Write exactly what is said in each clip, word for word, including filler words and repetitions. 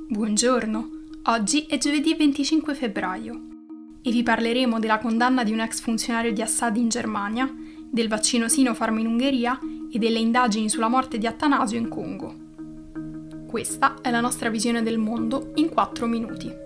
Buongiorno, oggi è giovedì venticinque febbraio e vi parleremo della condanna di un ex funzionario di Assad in Germania, del vaccino Sinopharm in Ungheria e delle indagini sulla morte di Attanasio in Congo. Questa è la nostra visione del mondo in quattro minuti.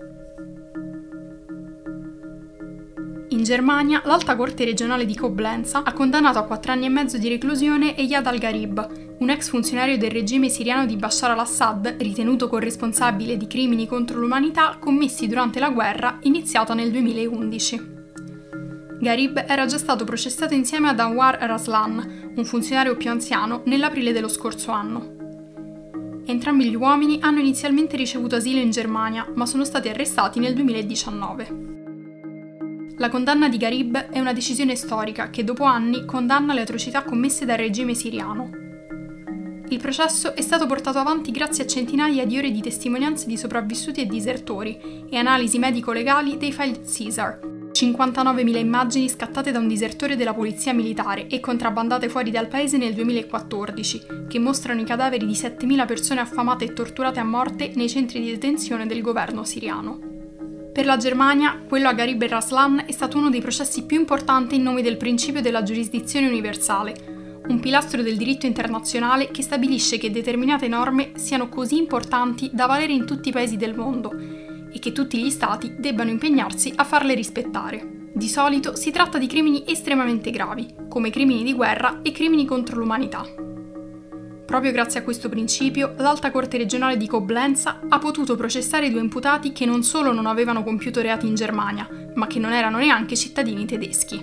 In Germania, l'Alta Corte regionale di Coblenza ha condannato a quattro anni e mezzo di reclusione Eyad al-Gharib, un ex funzionario del regime siriano di Bashar al-Assad, ritenuto corresponsabile di crimini contro l'umanità commessi durante la guerra iniziata nel duemilaundici. Gharib era già stato processato insieme ad Anwar Raslan, un funzionario più anziano, nell'aprile dello scorso anno. Entrambi gli uomini hanno inizialmente ricevuto asilo in Germania, ma sono stati arrestati nel duemiladiciannove. La condanna di Gharib è una decisione storica che dopo anni condanna le atrocità commesse dal regime siriano. Il processo è stato portato avanti grazie a centinaia di ore di testimonianze di sopravvissuti e disertori e analisi medico-legali dei file Caesar, cinquantanovemila immagini scattate da un disertore della polizia militare e contrabbandate fuori dal paese nel duemilaquattordici, che mostrano i cadaveri di settemila persone affamate e torturate a morte nei centri di detenzione del governo siriano. Per la Germania, quello a Gharib e Raslan è stato uno dei processi più importanti in nome del principio della giurisdizione universale, un pilastro del diritto internazionale che stabilisce che determinate norme siano così importanti da valere in tutti i paesi del mondo e che tutti gli stati debbano impegnarsi a farle rispettare. Di solito si tratta di crimini estremamente gravi, come crimini di guerra e crimini contro l'umanità. Proprio grazie a questo principio, l'Alta Corte regionale di Coblenza ha potuto processare due imputati che non solo non avevano compiuto reati in Germania, ma che non erano neanche cittadini tedeschi.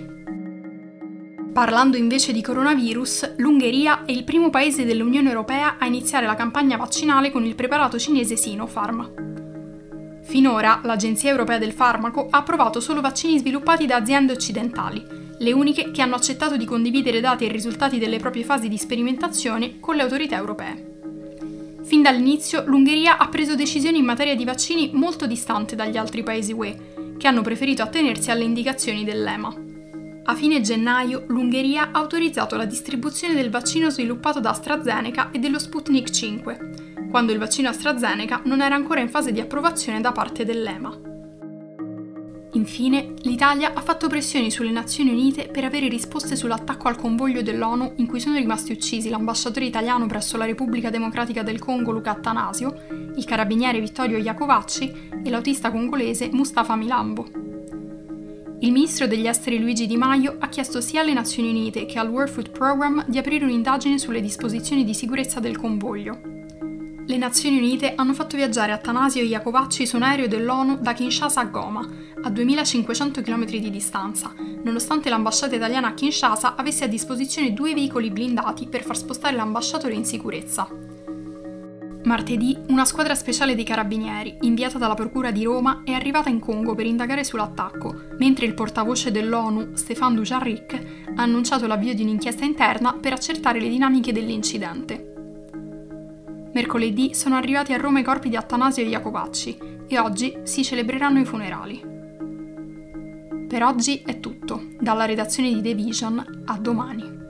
Parlando invece di coronavirus, l'Ungheria è il primo paese dell'Unione Europea a iniziare la campagna vaccinale con il preparato cinese Sinopharm. Finora, l'Agenzia Europea del Farmaco ha approvato solo vaccini sviluppati da aziende occidentali, le uniche che hanno accettato di condividere dati e risultati delle proprie fasi di sperimentazione con le autorità europee. Fin dall'inizio l'Ungheria ha preso decisioni in materia di vaccini molto distante dagli altri paesi U E, che hanno preferito attenersi alle indicazioni dell'E M A. A fine gennaio l'Ungheria ha autorizzato la distribuzione del vaccino sviluppato da AstraZeneca e dello Sputnik cinque, quando il vaccino AstraZeneca non era ancora in fase di approvazione da parte dell'E M A. Infine, l'Italia ha fatto pressioni sulle Nazioni Unite per avere risposte sull'attacco al convoglio dell'ONU in cui sono rimasti uccisi l'ambasciatore italiano presso la Repubblica Democratica del Congo Luca Attanasio, il carabiniere Vittorio Iacovacci e l'autista congolese Mustafa Milambo. Il ministro degli esteri Luigi Di Maio ha chiesto sia alle Nazioni Unite che al World Food Programme di aprire un'indagine sulle disposizioni di sicurezza del convoglio. Le Nazioni Unite hanno fatto viaggiare Attanasio e Iacovacci su un aereo dell'ONU da Kinshasa a Goma, a duemilacinquecento chilometri di distanza, nonostante l'ambasciata italiana a Kinshasa avesse a disposizione due veicoli blindati per far spostare l'ambasciatore in sicurezza. Martedì, una squadra speciale dei carabinieri, inviata dalla Procura di Roma, è arrivata in Congo per indagare sull'attacco, mentre il portavoce dell'ONU, Stéphane Dujarric, ha annunciato l'avvio di un'inchiesta interna per accertare le dinamiche dell'incidente. Mercoledì sono arrivati a Roma i corpi di Attanasio e Iacovacci e oggi si celebreranno i funerali. Per oggi è tutto, dalla redazione di The Vision, a domani.